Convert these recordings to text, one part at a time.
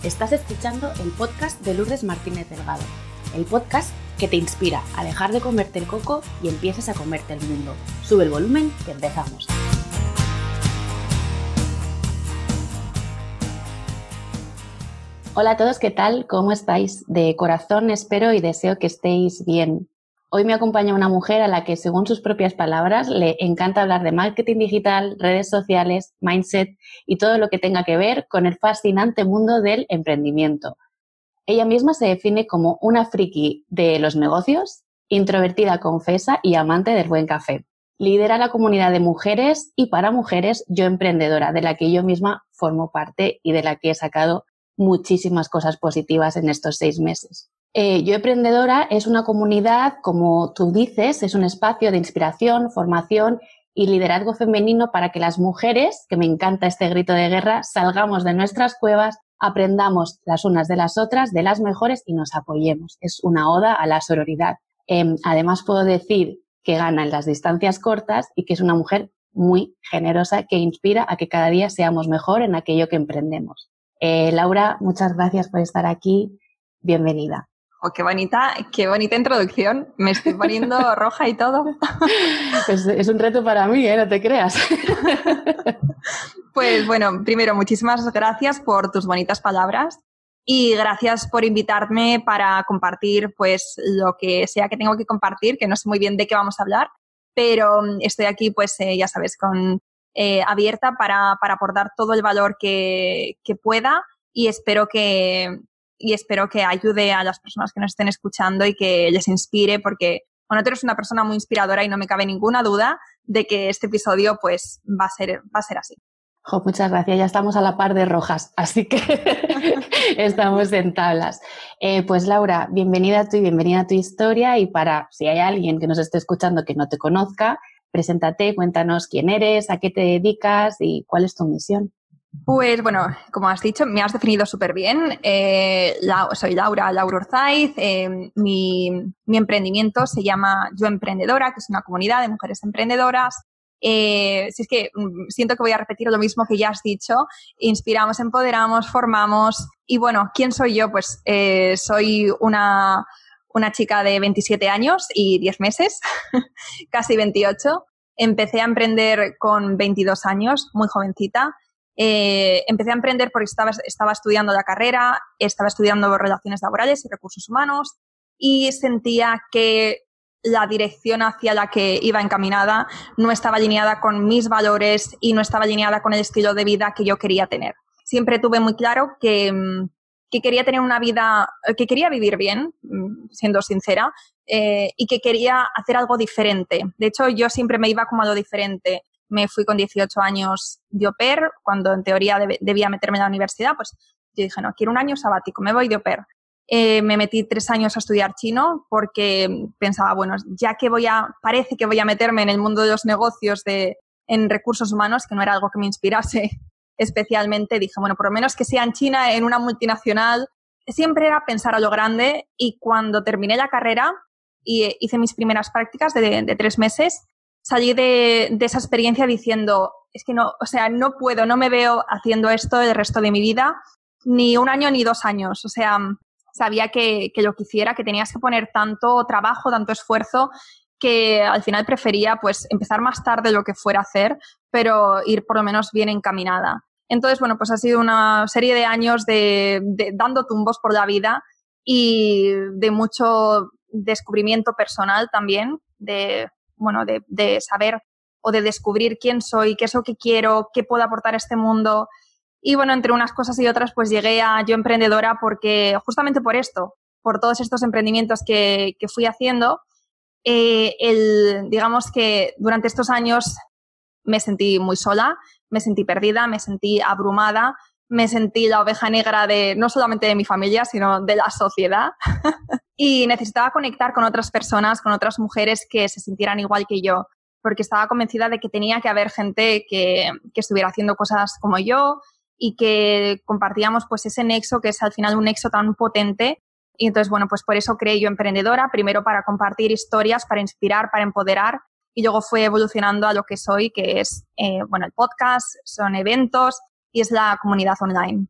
Estás escuchando el podcast de Lourdes Martínez Delgado, el podcast que te inspira a dejar de comerte el coco y empieces a comerte el mundo. Sube el volumen que empezamos. Hola a todos, ¿qué tal? ¿Cómo estáis? De corazón espero y deseo que estéis bien. Hoy me acompaña una mujer a la que, según sus propias palabras, le encanta hablar de marketing digital, redes sociales, mindset y todo lo que tenga que ver con el fascinante mundo del emprendimiento. Ella misma se define como una friki de los negocios, introvertida confesa y amante del buen café. Lidera la comunidad de mujeres y para mujeres Yo Emprendedora, de la que yo misma formo parte y de la que he sacado muchísimas cosas positivas en estos 6 meses. Yo Emprendedora es una comunidad, como tú dices, es un espacio de inspiración, formación y liderazgo femenino para que las mujeres, que me encanta este grito de guerra, salgamos de nuestras cuevas, aprendamos las unas de las otras, de las mejores y nos apoyemos. Es una oda a la sororidad. Además puedo decir que gana en las distancias cortas y que es una mujer muy generosa que inspira a que cada día seamos mejor en aquello que emprendemos. Laura, muchas gracias por estar aquí. Bienvenida. Oh, qué bonita introducción. Me estoy poniendo roja y todo. Pues es un reto para mí, no te creas. Pues bueno, primero, muchísimas gracias por tus bonitas palabras y gracias por invitarme para compartir pues lo que sea que tengo que compartir, que no sé muy bien de qué vamos a hablar, pero estoy aquí pues ya sabes, abierta para aportar todo el valor que pueda y espero que ayude a las personas que nos estén escuchando y que les inspire porque, bueno, tú eres una persona muy inspiradora y no me cabe ninguna duda de que este episodio pues va a ser así. Jo, muchas gracias, ya estamos a la par de rojas, así que estamos en tablas. Pues Laura, bienvenida tú y bienvenida a tu historia y si hay alguien que nos esté escuchando que no te conozca, preséntate, cuéntanos quién eres, a qué te dedicas y cuál es tu misión. Pues bueno, como has dicho, me has definido súper bien. Soy Laura Urzaiz. Mi emprendimiento se llama Yo Emprendedora, que es una comunidad de mujeres emprendedoras. Si es que siento que voy a repetir lo mismo que ya has dicho. Inspiramos, empoderamos, formamos. Y bueno, ¿quién soy yo? Pues soy una chica de 27 años y 10 meses, casi 28. Empecé a emprender con 22 años, muy jovencita. Empecé a emprender porque estaba estudiando la carrera, estaba estudiando relaciones laborales y recursos humanos y sentía que la dirección hacia la que iba encaminada no estaba alineada con mis valores y no estaba alineada con el estilo de vida que yo quería tener. Siempre tuve muy claro que quería tener una vida, que quería vivir bien, siendo sincera, y que quería hacer algo diferente. De hecho, yo siempre me iba como a lo diferente. Me fui con 18 años de au pair, cuando en teoría debía meterme en la universidad, pues yo dije, no, quiero un año sabático, me voy de au pair. Me metí 3 años a estudiar chino porque pensaba, bueno, ya que parece que voy a meterme en el mundo de los negocios en recursos humanos, que no era algo que me inspirase especialmente, dije, bueno, por lo menos que sea en China, en una multinacional. Siempre era pensar a lo grande y cuando terminé la carrera y hice mis primeras prácticas de 3 meses, salí de esa experiencia diciendo, es que no, o sea, no puedo, no me veo haciendo esto el resto de mi vida, ni 1 año ni 2 años. O sea, sabía que lo que hiciera, que tenías que poner tanto trabajo, tanto esfuerzo, que al final prefería pues empezar más tarde lo que fuera a hacer, pero ir por lo menos bien encaminada. Entonces, bueno, pues ha sido una serie de años de dando tumbos por la vida y de mucho descubrimiento personal también, de saber o de descubrir quién soy, qué es lo que quiero, qué puedo aportar a este mundo. Y bueno, entre unas cosas y otras, pues llegué a Yo Emprendedora porque justamente por esto, por todos estos emprendimientos que fui haciendo, digamos que durante estos años me sentí muy sola, me sentí perdida, me sentí abrumada, me sentí la oveja negra no solamente de mi familia, sino de la sociedad. Y necesitaba conectar con otras personas, con otras mujeres que se sintieran igual que yo, porque estaba convencida de que tenía que haber gente que estuviera haciendo cosas como yo y que compartíamos pues ese nexo, que es al final un nexo tan potente. Y entonces, bueno, pues por eso creé Yo Emprendedora, primero para compartir historias, para inspirar, para empoderar, y luego fue evolucionando a lo que soy, que es, el podcast, son eventos y es la comunidad online.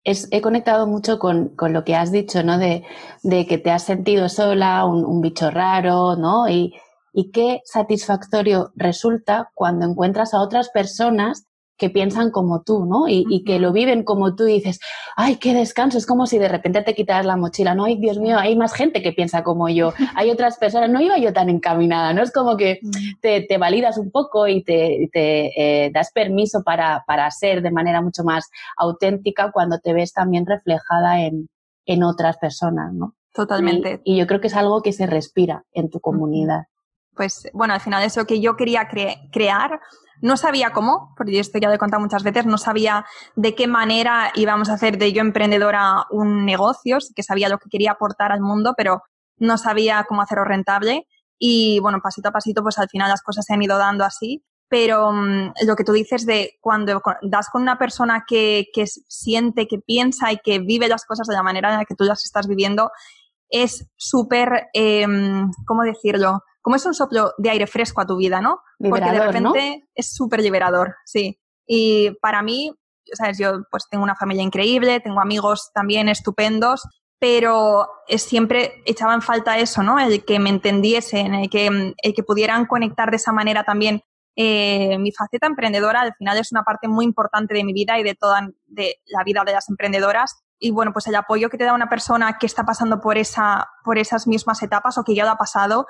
He conectado mucho con lo que has dicho, ¿no? De que te has sentido sola, un bicho raro, ¿no? Y qué satisfactorio resulta cuando encuentras a otras personas que piensan como tú, ¿no? Y que lo viven como tú y dices, ¡ay, qué descanso! Es como si de repente te quitaras la mochila, ¿no? ¡Ay, Dios mío! Hay más gente que piensa como yo. Hay otras personas, no iba yo tan encaminada, ¿no? Es como que te validas un poco y te das permiso para ser de manera mucho más auténtica cuando te ves también reflejada en otras personas, ¿no? Totalmente. Y yo creo que es algo que se respira en tu comunidad. Pues bueno, al final eso que yo quería crear, no sabía cómo, porque esto ya lo he contado muchas veces, no sabía de qué manera íbamos a hacer de Yo Emprendedora un negocio, sí que sabía lo que quería aportar al mundo, pero no sabía cómo hacerlo rentable. Y bueno, pasito a pasito, pues al final las cosas se han ido dando así. Pero lo que tú dices de cuando das con una persona que siente, que piensa y que vive las cosas de la manera en la que tú las estás viviendo, es súper, ¿cómo decirlo? Como es un soplo de aire fresco a tu vida, ¿no? Liberador, porque de repente, ¿no? Es súper liberador, sí. Y para mí, ¿sabes? Yo pues tengo una familia increíble, tengo amigos también estupendos, pero siempre echaba en falta eso, ¿no? El que me entendiesen, el que pudieran conectar de esa manera también. Mi faceta emprendedora al final es una parte muy importante de mi vida y de de la vida de las emprendedoras. Y bueno, pues el apoyo que te da una persona que está pasando por esas mismas etapas o que ya lo ha pasado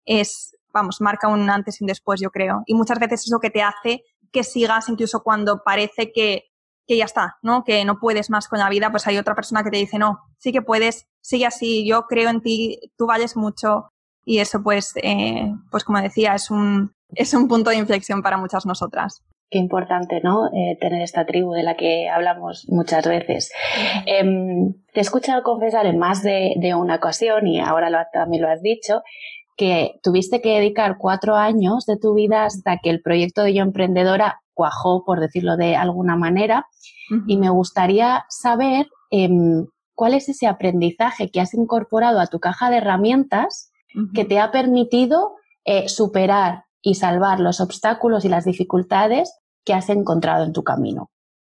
marca un antes y un después, yo creo. Y muchas veces es lo que te hace que sigas incluso cuando parece que ya está, ¿no? Que no puedes más con la vida, pues hay otra persona que te dice, no, sí que puedes, sigue así, yo creo en ti, tú vales mucho. Y eso, pues como decía, es un punto de inflexión para muchas nosotras. Qué importante, ¿no? Tener esta tribu de la que hablamos muchas veces. Te he escuchado confesar en más de una ocasión, y ahora también lo has dicho, que tuviste que dedicar 4 años de tu vida hasta que el proyecto de Yo Emprendedora cuajó, por decirlo de alguna manera. Y me gustaría saber cuál es ese aprendizaje que has incorporado a tu caja de herramientas que te ha permitido superar y salvar los obstáculos y las dificultades que has encontrado en tu camino.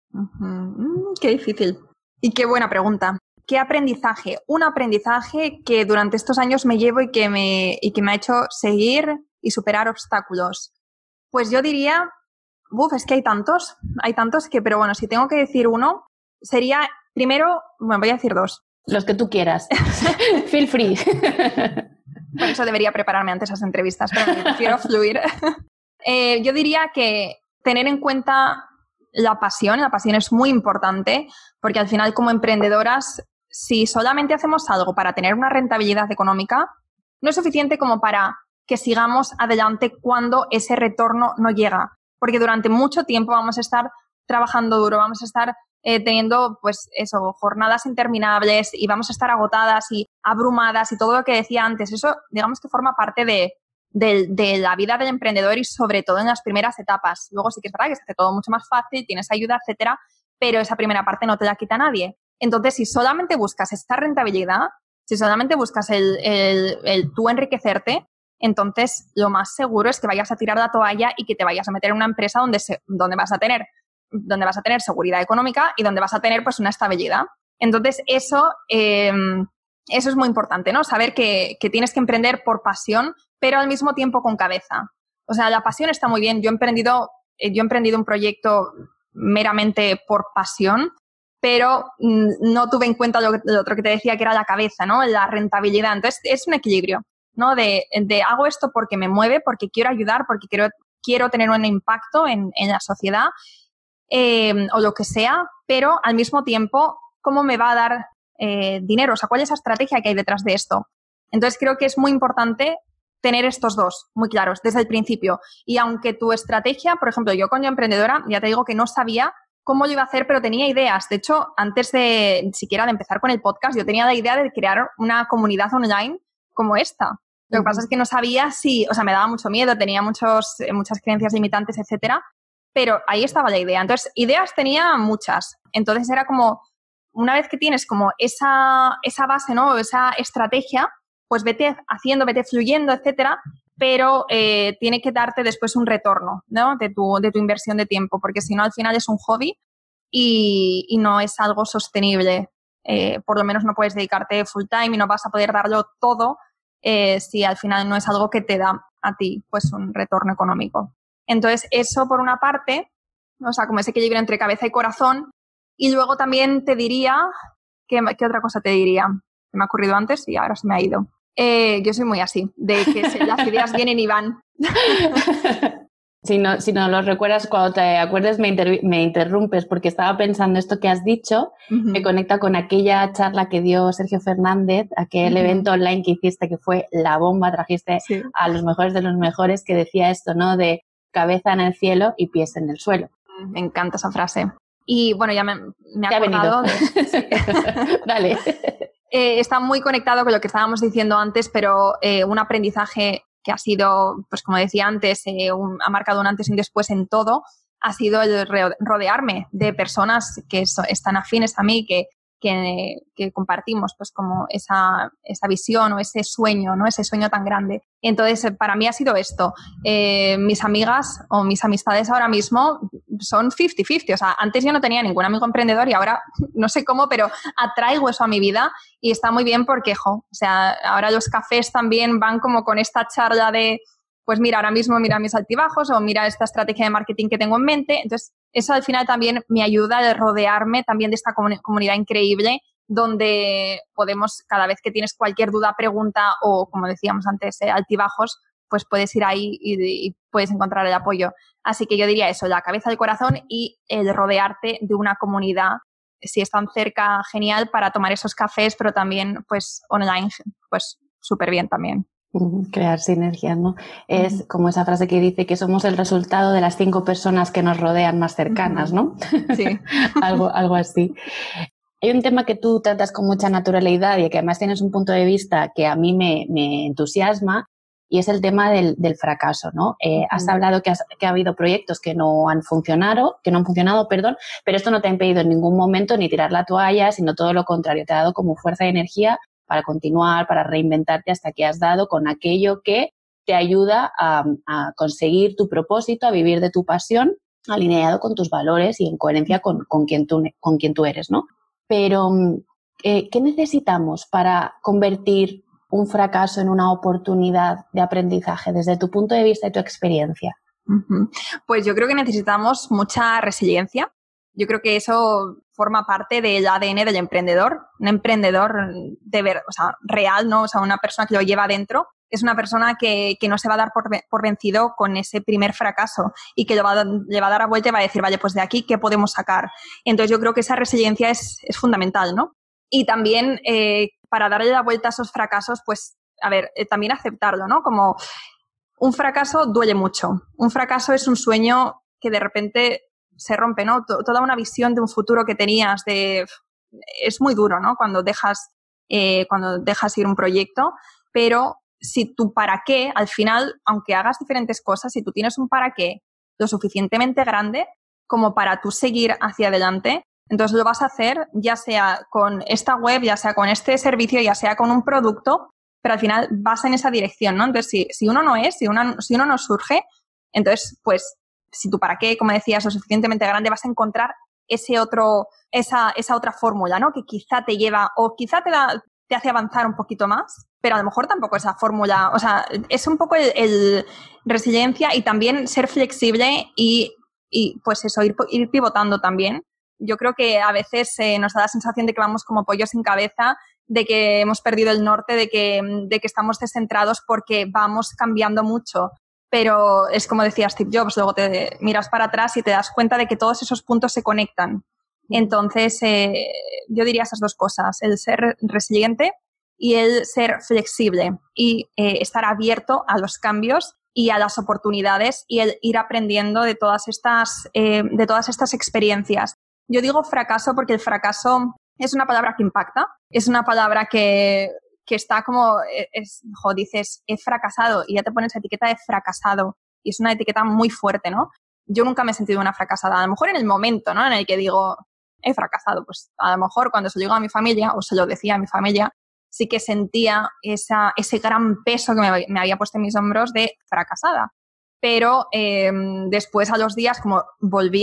Qué difícil. Y qué buena pregunta. ¿Qué aprendizaje? Un aprendizaje que durante estos años me llevo y que me ha hecho seguir y superar obstáculos. Pues yo diría, es que hay tantos que, pero bueno, si tengo que decir uno, sería primero, bueno, voy a decir 2. Los que tú quieras. Feel free. Por eso debería prepararme antes las entrevistas, pero prefiero fluir. Yo diría que tener en cuenta la pasión es muy importante, porque al final como emprendedoras, si solamente hacemos algo para tener una rentabilidad económica, no es suficiente como para que sigamos adelante cuando ese retorno no llega, porque durante mucho tiempo vamos a estar trabajando duro, vamos a estar teniendo pues eso, jornadas interminables y vamos a estar agotadas y abrumadas y todo lo que decía antes. Eso digamos que forma parte de la vida del emprendedor y sobre todo en las primeras etapas. Luego sí que es verdad que se hace todo mucho más fácil, tienes ayuda, etcétera, pero esa primera parte no te la quita nadie. Entonces, si solamente buscas esta rentabilidad, si solamente buscas el tú enriquecerte, entonces lo más seguro es que vayas a tirar la toalla y que te vayas a meter en una empresa donde vas a tener seguridad económica y donde vas a tener pues una estabilidad. Entonces, eso es muy importante, ¿no? Saber que tienes que emprender por pasión, pero al mismo tiempo con cabeza. O sea, la pasión está muy bien. Yo he emprendido un proyecto meramente por pasión, pero no tuve en cuenta lo otro que te decía, que era la cabeza, ¿no? La rentabilidad. Entonces, es un equilibrio, ¿no? De hago esto porque me mueve, porque quiero ayudar, porque quiero tener un impacto en la sociedad o lo que sea, pero al mismo tiempo, ¿cómo me va a dar dinero? O sea, ¿cuál es la estrategia que hay detrás de esto? Entonces, creo que es muy importante tener estos dos muy claros desde el principio. Y aunque tu estrategia, por ejemplo, yo con Yo Emprendedora, ya te digo que no sabía cómo lo iba a hacer, pero tenía ideas. De hecho, antes de siquiera de empezar con el podcast, yo tenía la idea de crear una comunidad online como esta. Lo que pasa es que no sabía me daba mucho miedo, tenía muchas creencias limitantes, etcétera, pero ahí estaba la idea. Entonces, ideas tenía muchas. Entonces, era como, una vez que tienes como esa base, ¿no? Esa estrategia, pues vete haciendo, vete fluyendo, etcétera, pero tiene que darte después un retorno, ¿no? de tu inversión de tiempo, porque si no, al final es un hobby y no es algo sostenible. Por lo menos no puedes dedicarte full time y no vas a poder darlo todo si al final no es algo que te da a ti pues un retorno económico. Entonces, eso por una parte, o sea, como ese equilibrio entre cabeza y corazón. Y luego también te diría, ¿qué otra cosa te diría? Que me ha ocurrido antes y ahora se me ha ido. Yo soy muy así, de que las ideas vienen y van. Si no lo recuerdas, cuando te acuerdes me interrumpes, porque estaba pensando esto que has dicho, me conecta con aquella charla que dio Sergio Fernández, aquel evento online que hiciste que fue la bomba, trajiste a los mejores de los mejores, que decía esto, ¿no? De cabeza en el cielo y pies en el suelo. Me encanta esa frase. Y bueno, ya me ha acordado de... Sí. Dale. Está muy conectado con lo que estábamos diciendo antes, pero un aprendizaje que ha sido, pues como decía antes, ha marcado un antes y un después en todo, ha sido el rodearme de personas que están afines a mí, que compartimos pues como esa visión o ese sueño, ¿no? Ese sueño tan grande. Entonces, para mí ha sido esto. Mis amigas o mis amistades ahora mismo son 50-50. O sea, antes yo no tenía ningún amigo emprendedor y ahora no sé cómo, pero atraigo eso a mi vida y está muy bien porque, o sea, ahora los cafés también van como con esta charla de pues mira, ahora mismo mira mis altibajos o mira esta estrategia de marketing que tengo en mente. Entonces, eso al final también me ayuda a rodearme también de esta comunidad increíble donde podemos, cada vez que tienes cualquier duda, pregunta o, como decíamos antes, altibajos, pues puedes ir ahí y puedes encontrar el apoyo. Así que yo diría eso, la cabeza del corazón y el rodearte de una comunidad. Si están cerca, genial para tomar esos cafés, pero también pues online, pues súper bien también. Crear sinergias, ¿no? Es como esa frase que dice que somos el resultado de las 5 personas que nos rodean más cercanas, ¿no? Sí. algo así. Hay un tema que tú tratas con mucha naturalidad y que además tienes un punto de vista que a mí me entusiasma, y es el tema del fracaso, ¿no? Has hablado que ha habido proyectos que no han funcionado, pero esto no te ha impedido en ningún momento ni tirar la toalla, sino todo lo contrario, te ha dado como fuerza y energía para continuar, para reinventarte hasta que has dado con aquello que te ayuda a conseguir tu propósito, a vivir de tu pasión, alineado con tus valores y en coherencia con quien tú eres, ¿no? Pero, ¿qué necesitamos para convertir un fracaso en una oportunidad de aprendizaje desde tu punto de vista y tu experiencia? Pues yo creo que necesitamos mucha resiliencia. Yo creo que eso forma parte del ADN del emprendedor. Un emprendedor real, ¿no? O sea, una persona que lo lleva adentro. Es una persona que no se va a dar por vencido con ese primer fracaso y que le va a dar la vuelta y va a decir, vale, pues de aquí, ¿qué podemos sacar? Entonces yo creo que esa resiliencia es fundamental, ¿no? Y también para darle la vuelta a esos fracasos, pues, a ver, también aceptarlo, ¿no? Como un fracaso duele mucho. Un fracaso es un sueño que de repente se rompe, ¿no? Toda una visión de un futuro que tenías es muy duro, ¿no? Cuando dejas ir un proyecto, pero si tu para qué, al final, aunque hagas diferentes cosas, si tú tienes un para qué lo suficientemente grande como para tú seguir hacia adelante, entonces lo vas a hacer ya sea con esta web, ya sea con este servicio, ya sea con un producto, pero al final vas en esa dirección, ¿no? Entonces, si uno no surge, entonces, pues, si tu para qué, como decías, es lo suficientemente grande, vas a encontrar esa otra fórmula, ¿no? Que quizá te lleva o quizá te hace avanzar un poquito más, pero a lo mejor tampoco esa fórmula, o sea, es un poco el resiliencia y también ser flexible y pues eso, ir pivotando también. Yo creo que a veces nos da la sensación de que vamos como pollos sin cabeza, de que hemos perdido el norte, de que estamos descentrados porque vamos cambiando mucho. Pero es como decía Steve Jobs, luego te miras para atrás y te das cuenta de que todos esos puntos se conectan. Entonces, yo diría esas dos cosas, el ser resiliente y el ser flexible y estar abierto a los cambios y a las oportunidades y el ir aprendiendo de todas estas experiencias. Yo digo fracaso porque el fracaso es una palabra que impacta, es una palabra que está como, dices, he fracasado y ya te pones la etiqueta de fracasado y es una etiqueta muy fuerte, ¿no? Yo nunca me he sentido una fracasada, a lo mejor en el momento, ¿no? En el que digo, he fracasado, pues a lo mejor cuando se lo digo a mi familia o se lo decía a mi familia, sí que sentía ese gran peso que me había puesto en mis hombros de fracasada. Pero después a los días como volvía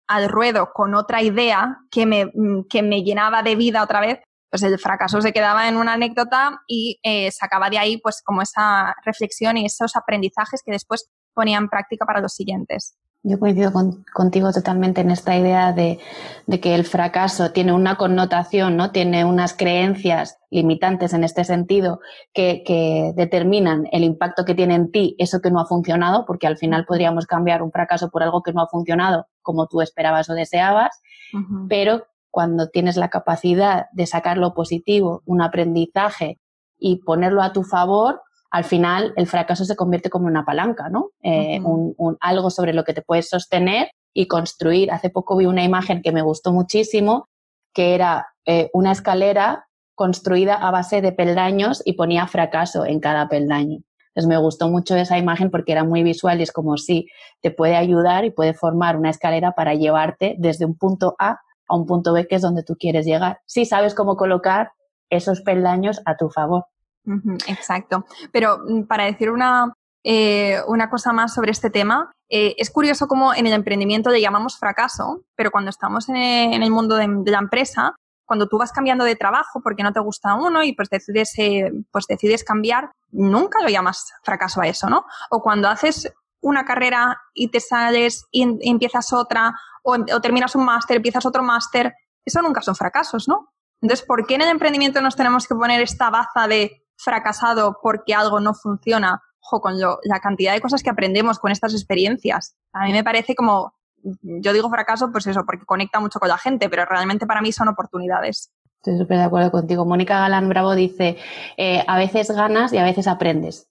al ruedo con otra idea que me llenaba de vida otra vez, pues el fracaso se quedaba en una anécdota y sacaba de ahí pues como esa reflexión y esos aprendizajes que después ponía en práctica para los siguientes. Yo coincido contigo totalmente en esta idea de que el fracaso tiene una connotación, ¿no? Tiene unas creencias limitantes en este sentido que determinan el impacto que tiene en ti eso que no ha funcionado, porque al final podríamos cambiar un fracaso por algo que no ha funcionado como tú esperabas o deseabas, pero cuando tienes la capacidad de sacar lo positivo, un aprendizaje y ponerlo a tu favor, al final el fracaso se convierte como una palanca, ¿no? Algo sobre lo que te puedes sostener y construir. Hace poco vi una imagen que me gustó muchísimo, que era una escalera construida a base de peldaños y ponía fracaso en cada peldaño. Entonces me gustó mucho esa imagen porque era muy visual y es como si te puede ayudar y puede formar una escalera para llevarte desde un punto A un punto B, que es donde tú quieres llegar. Si sabes cómo colocar esos peldaños a tu favor. Exacto. Pero para decir una cosa más sobre este tema, es curioso cómo en el emprendimiento le llamamos fracaso, pero cuando estamos en el mundo de la empresa, cuando tú vas cambiando de trabajo porque no te gusta uno y pues decides cambiar, nunca lo llamas fracaso a eso, ¿no? O cuando haces una carrera y te sales y empiezas otra, o terminas un máster, empiezas otro máster, eso nunca son fracasos, ¿no? Entonces, ¿por qué en el emprendimiento nos tenemos que poner esta baza de fracasado porque algo no funciona? Ojo, con la cantidad de cosas que aprendemos con estas experiencias. A mí me parece como, yo digo fracaso, pues eso, porque conecta mucho con la gente, pero realmente para mí son oportunidades. Estoy súper de acuerdo contigo. Mónica Galán Bravo dice, a veces ganas y a veces aprendes.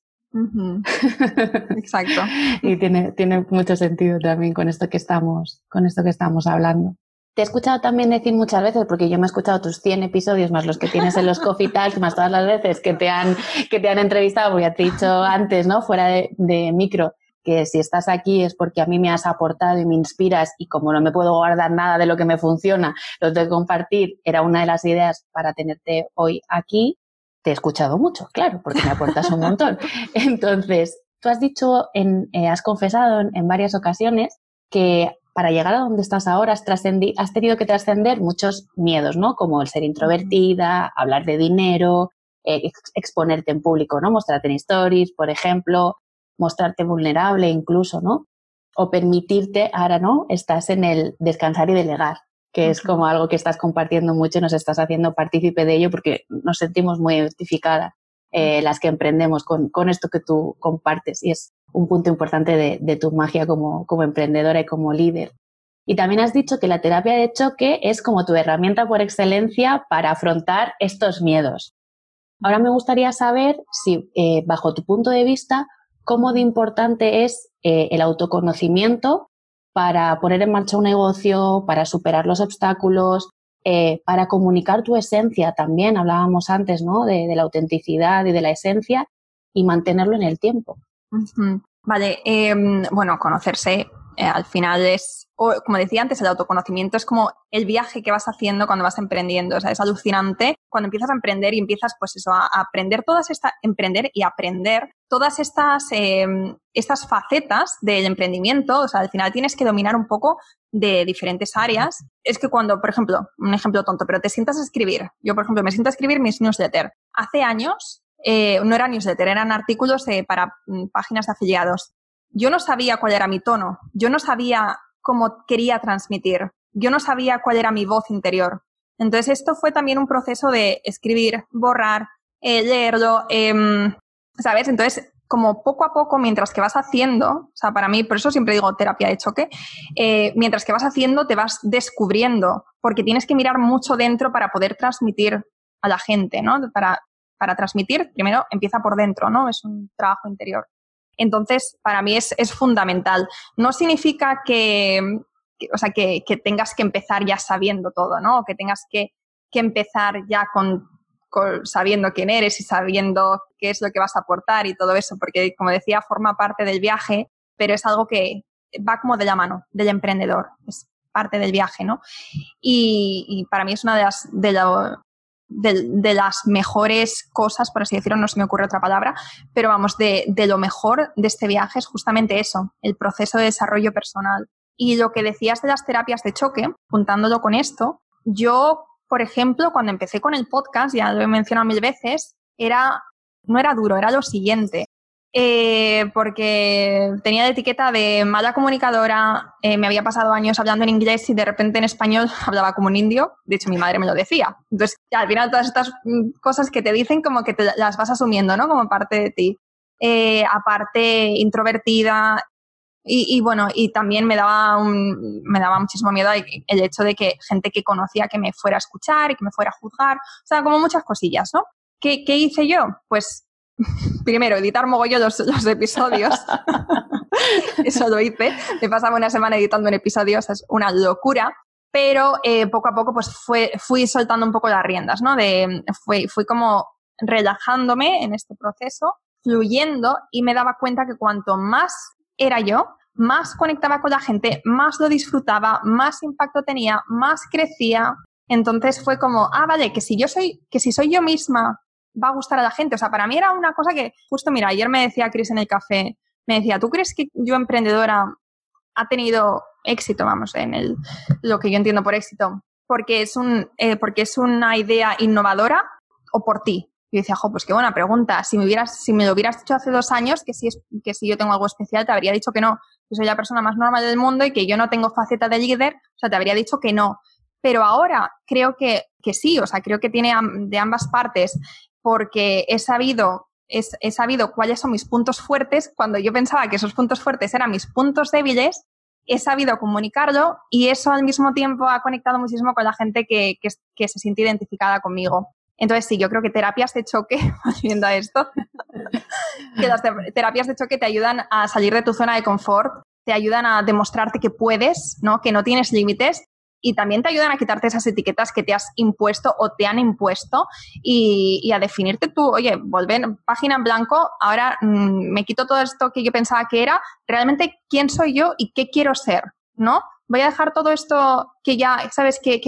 Exacto. Y tiene mucho sentido también con esto que estamos hablando. Te he escuchado también decir muchas veces, porque yo me he escuchado tus 100 episodios más los que tienes en los Coffee Talks, más todas las veces que te han entrevistado, porque ya te he dicho antes, ¿no? Fuera de micro, que si estás aquí es porque a mí me has aportado y me inspiras, y como no me puedo guardar nada de lo que me funciona, lo tengo que compartir, era una de las ideas para tenerte hoy aquí. Te he escuchado mucho, claro, porque me aportas un montón. Entonces, tú has dicho, has confesado en varias ocasiones que para llegar a donde estás ahora has tenido que trascender muchos miedos, ¿no? Como el ser introvertida, hablar de dinero, exponerte en público, ¿no? Mostrarte en stories, por ejemplo, mostrarte vulnerable incluso, ¿no? O permitirte, ahora, ¿no? Estás en el descansar y delegar, que es como algo que estás compartiendo mucho y nos estás haciendo partícipe de ello porque nos sentimos muy identificadas las que emprendemos con esto que tú compartes, y es un punto importante de tu magia como emprendedora y como líder. Y también has dicho que la terapia de choque es como tu herramienta por excelencia para afrontar estos miedos. Ahora me gustaría saber si, bajo tu punto de vista, cómo de importante es el autoconocimiento para poner en marcha un negocio, para superar los obstáculos, para comunicar tu esencia también. Hablábamos antes, ¿no? de la autenticidad y de la esencia, y mantenerlo en el tiempo. Vale, bueno, conocerse al final es, como decía antes, el autoconocimiento es como el viaje que vas haciendo cuando vas emprendiendo. O sea, es alucinante cuando empiezas a emprender y empiezas, pues eso, a aprender emprender y aprender todas estas facetas del emprendimiento. O sea, al final tienes que dominar un poco de diferentes áreas. Es que cuando, por ejemplo, un ejemplo tonto, pero te sientas a escribir. Yo, por ejemplo, me siento a escribir mis newsletters. Hace años no era newsletter, eran artículos para páginas de afiliados. Yo no sabía cuál era mi tono, yo no sabía cómo quería transmitir, yo no sabía cuál era mi voz interior. Entonces esto fue también un proceso de escribir, borrar, leerlo, ¿sabes? Entonces, como poco a poco, mientras que vas haciendo, o sea, para mí, por eso siempre digo terapia de choque, mientras que vas haciendo te vas descubriendo, porque tienes que mirar mucho dentro para poder transmitir a la gente, ¿no? Para transmitir, primero empieza por dentro, ¿no? Es un trabajo interior. Entonces, para mí es fundamental. No significa que tengas que empezar ya sabiendo todo, ¿no? O que tengas que empezar ya con sabiendo quién eres y sabiendo qué es lo que vas a aportar y todo eso, porque, como decía, forma parte del viaje, pero es algo que va como de la mano del emprendedor, es parte del viaje, ¿no? Y para mí es una de las mejores cosas, por así decirlo, no se me ocurre otra palabra, pero vamos, de lo mejor de este viaje es justamente eso, el proceso de desarrollo personal Y lo que decías de las terapias de choque, juntándolo con esto, yo, por ejemplo, cuando empecé con el podcast, ya lo he mencionado 1000 veces, no era duro, era lo siguiente. Porque tenía la etiqueta de mala comunicadora, me había pasado años hablando en inglés y de repente en español hablaba como un indio. De hecho, mi madre me lo decía. Entonces, ya, al final todas estas cosas que te dicen como que te las vas asumiendo, ¿no? Como parte de ti. Aparte, introvertida. Y bueno, y también me daba muchísimo miedo el hecho de que gente que conocía que me fuera a escuchar y que me fuera a juzgar. O sea, como muchas cosillas, ¿no? ¿Qué hice yo? Pues primero, editar mogollón los episodios. Eso lo hice. Me pasaba una semana editando un episodio, o sea, es una locura. Pero poco a poco pues fui soltando un poco las riendas, ¿no? Fui como relajándome en este proceso, fluyendo, y me daba cuenta que cuanto más era yo, más conectaba con la gente, más lo disfrutaba, más impacto tenía, más crecía. Entonces fue como, vale, que si soy yo misma, va a gustar a la gente. O sea, para mí era una cosa que, justo mira, ayer me decía Chris en el café, me decía, ¿tú crees que Yo Emprendedora ha tenido éxito, vamos, lo que yo entiendo por éxito, porque es una idea innovadora o por ti? Y yo decía, pues qué buena pregunta. Si me lo hubieras dicho hace 2 años, que si yo tengo algo especial, te habría dicho que no, que soy la persona más normal del mundo y que yo no tengo faceta de líder, o sea, te habría dicho que no. Pero ahora creo que sí, o sea, creo que tiene de ambas partes, porque he sabido cuáles son mis puntos fuertes. Cuando yo pensaba que esos puntos fuertes eran mis puntos débiles, he sabido comunicarlo, y eso al mismo tiempo ha conectado muchísimo con la gente que se siente identificada conmigo. Entonces sí, yo creo que terapias de choque, volviendo a esto, que las terapias de choque te ayudan a salir de tu zona de confort, te ayudan a demostrarte que puedes, ¿no? Que no tienes límites, y también te ayudan a quitarte esas etiquetas que te has impuesto o te han impuesto, y a definirte tú, oye, volver página en blanco, ahora me quito todo esto que yo pensaba que era, realmente quién soy yo y qué quiero ser, ¿no? Voy a dejar todo esto que ya, ¿sabes? Que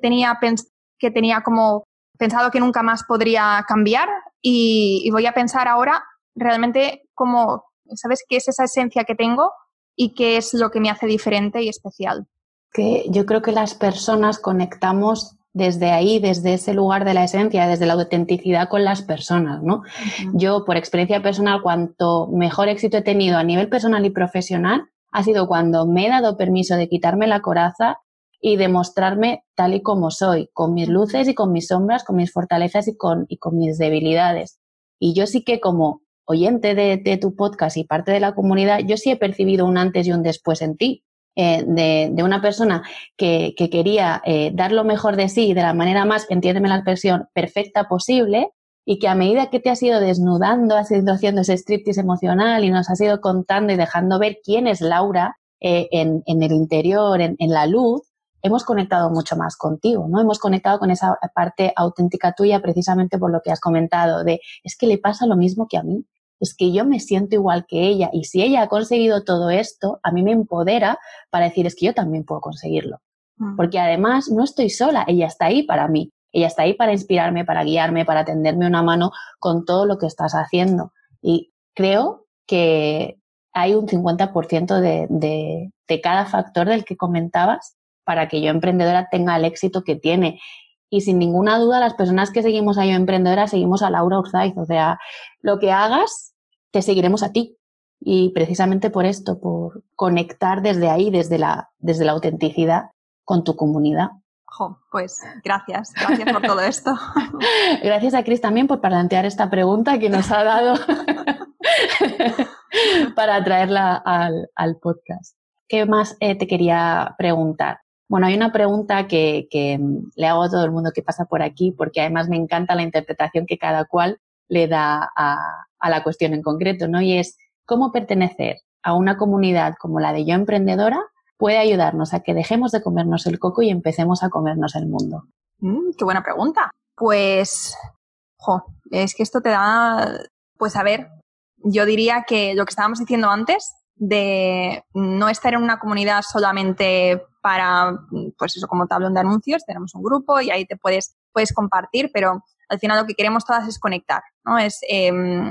tenía como pensado que nunca más podría cambiar, y voy a pensar ahora realmente cómo, ¿sabes? ¿Qué es esa esencia que tengo y qué es lo que me hace diferente y especial? Que yo creo que las personas conectamos desde ahí, desde ese lugar de la esencia, desde la autenticidad con las personas, ¿no? Uh-huh. Yo, por experiencia personal, cuanto mejor éxito he tenido a nivel personal y profesional, ha sido cuando me he dado permiso de quitarme la coraza y de mostrarme tal y como soy, con mis luces y con mis sombras, con mis fortalezas y con mis debilidades. Y yo sí que, como oyente de tu podcast y parte de la comunidad, yo sí he percibido un antes y un después en ti. De una persona que quería dar lo mejor de sí de la manera más, entiéndeme la expresión, perfecta posible, y que a medida que te has ido desnudando, has ido haciendo ese striptease emocional y nos has ido contando y dejando ver quién es Laura en el interior, en la luz, hemos conectado mucho más contigo, ¿no? Hemos conectado con esa parte auténtica tuya, precisamente por lo que has comentado, de es que le pasa lo mismo que a mí. Es que yo me siento igual que ella, y si ella ha conseguido todo esto, a mí me empodera para decir, es que yo también puedo conseguirlo. Porque además no estoy sola, ella está ahí para mí, ella está ahí para inspirarme, para guiarme, para tenderme una mano con todo lo que estás haciendo. Y creo que hay un 50% de cada factor del que comentabas para que Yo Emprendedora tenga el éxito que tiene. Y sin ninguna duda, las personas que seguimos a Yo Emprendedora seguimos a Laura Urzaiz. O sea, lo que hagas, te seguiremos a ti. Y precisamente por esto, por conectar desde ahí, desde la autenticidad con tu comunidad. Pues gracias por todo esto. Gracias a Chris también por plantear esta pregunta que nos ha dado para traerla al podcast. ¿Qué más te quería preguntar? Bueno, hay una pregunta que le hago a todo el mundo que pasa por aquí, porque además me encanta la interpretación que cada cual le da a la cuestión en concreto, ¿no? Y es, ¿cómo pertenecer a una comunidad como la de Yo Emprendedora puede ayudarnos a que dejemos de comernos el coco y empecemos a comernos el mundo? Qué buena pregunta. Pues, es que esto te da, pues a ver, yo diría que lo que estábamos diciendo antes, de no estar en una comunidad solamente para, pues eso, como tablón de anuncios, tenemos un grupo y ahí te puedes compartir, pero al final lo que queremos todas es conectar, ¿no? Es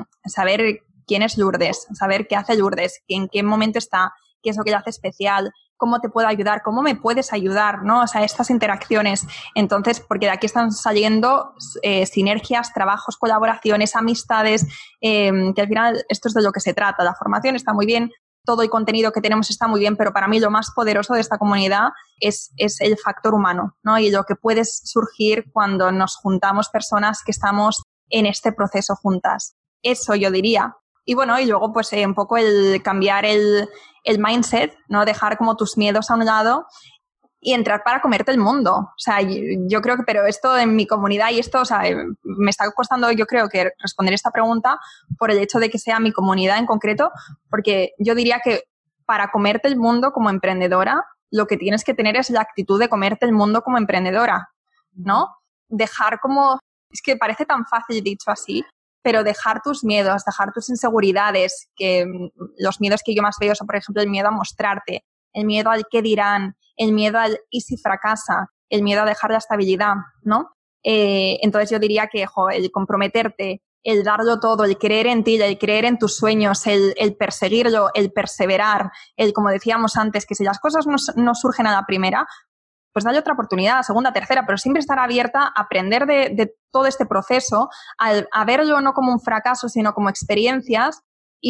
saber quién es Lourdes, saber qué hace Lourdes, en qué momento está, qué es lo que le hace especial, cómo te puedo ayudar, cómo me puedes ayudar, ¿no? O sea, estas interacciones. Entonces, porque de aquí están saliendo sinergias, trabajos, colaboraciones, amistades, que al final esto es de lo que se trata. La formación está muy bien, todo el contenido que tenemos está muy bien, pero para mí lo más poderoso de esta comunidad es el factor humano, ¿no? Y lo que puede surgir cuando nos juntamos personas que estamos en este proceso juntas. Eso yo diría. Y bueno, y luego pues un poco el cambiar el mindset, ¿no? Dejar como tus miedos a un lado y entrar para comerte el mundo. O sea, yo creo que, pero esto en mi comunidad y esto, o sea, me está costando, yo creo que responder esta pregunta por el hecho de que sea mi comunidad en concreto, porque yo diría que para comerte el mundo como emprendedora, lo que tienes que tener es la actitud de comerte el mundo como emprendedora, ¿no? Dejar como, es que parece tan fácil dicho así, pero dejar tus miedos, dejar tus inseguridades, que los miedos que yo más veo son, por ejemplo, el miedo a mostrarte, el miedo al qué dirán, el miedo al y si fracasa, el miedo a dejar la estabilidad, ¿no? Entonces yo diría que el comprometerte, el darlo todo, el creer en ti, el creer en tus sueños, el perseguirlo, el perseverar, el, como decíamos antes, que si las cosas no surgen a la primera, pues dale otra oportunidad, segunda, tercera, pero siempre estar abierta a aprender de todo este proceso, a verlo no como un fracaso, sino como experiencias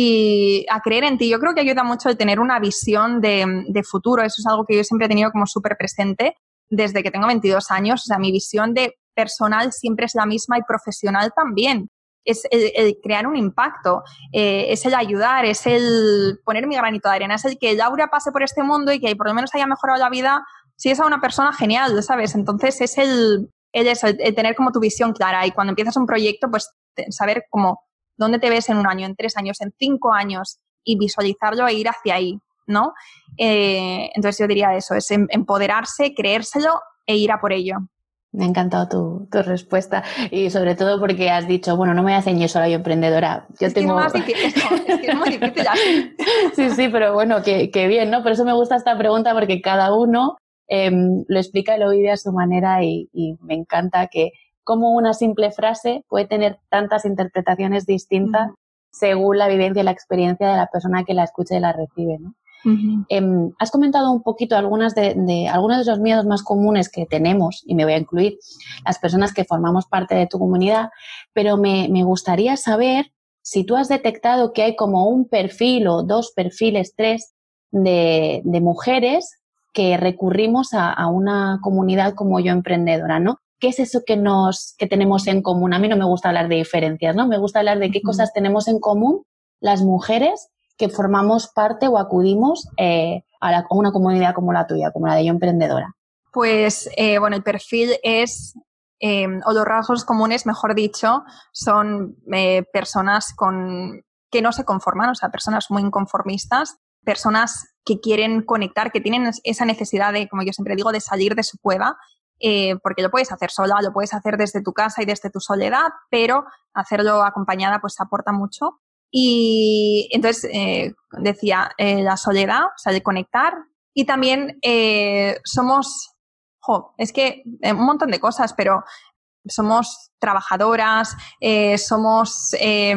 y a creer en ti. Yo creo que ayuda mucho el tener una visión de futuro. Eso es algo que yo siempre he tenido como súper presente desde que tengo 22 años. O sea, mi visión de personal siempre es la misma y profesional también. Es el crear un impacto, es el ayudar, es el poner mi granito de arena, es el que Laura pase por este mundo y que por lo menos haya mejorado la vida. Si es a una persona, genial, ¿sabes? Entonces es el tener como tu visión clara y cuando empiezas un proyecto, pues saber como dónde te ves en 1 año, en 3 años, en 5 años y visualizarlo e ir hacia ahí, ¿no? Entonces yo diría eso, es empoderarse, creérselo e ir a por ello. Me ha encantado tu respuesta y sobre todo porque has dicho, bueno, no me voy a ceñir solo yo emprendedora. Yo es que es más difícil, es que es muy difícil así. Sí, pero bueno, que bien, ¿no? Por eso me gusta esta pregunta porque cada uno lo explica y lo vive a su manera y me encanta que como una simple frase puede tener tantas interpretaciones distintas según la vivencia y la experiencia de la persona que la escucha y la recibe, ¿no? Has comentado un poquito algunos de los miedos más comunes que tenemos, y me voy a incluir las personas que formamos parte de tu comunidad, pero me gustaría saber si tú has detectado que hay como un perfil o 2 perfiles, 3 de mujeres que recurrimos a una comunidad como Yo Emprendedora, ¿no? ¿Qué es eso que tenemos en común? A mí no me gusta hablar de diferencias, ¿no? Me gusta hablar de qué cosas tenemos en común las mujeres que formamos parte o acudimos a una comunidad como la tuya, como la de Yo Emprendedora. Pues, bueno, el perfil es, o los rasgos comunes, mejor dicho, son personas que no se conforman, o sea, personas muy inconformistas, personas que quieren conectar, que tienen esa necesidad de, como yo siempre digo, de salir de su cueva, porque lo puedes hacer sola, lo puedes hacer desde tu casa y desde tu soledad, pero hacerlo acompañada pues aporta mucho. Y entonces decía la soledad, o sea, el conectar, y también somos, es que un montón de cosas, pero somos trabajadoras, somos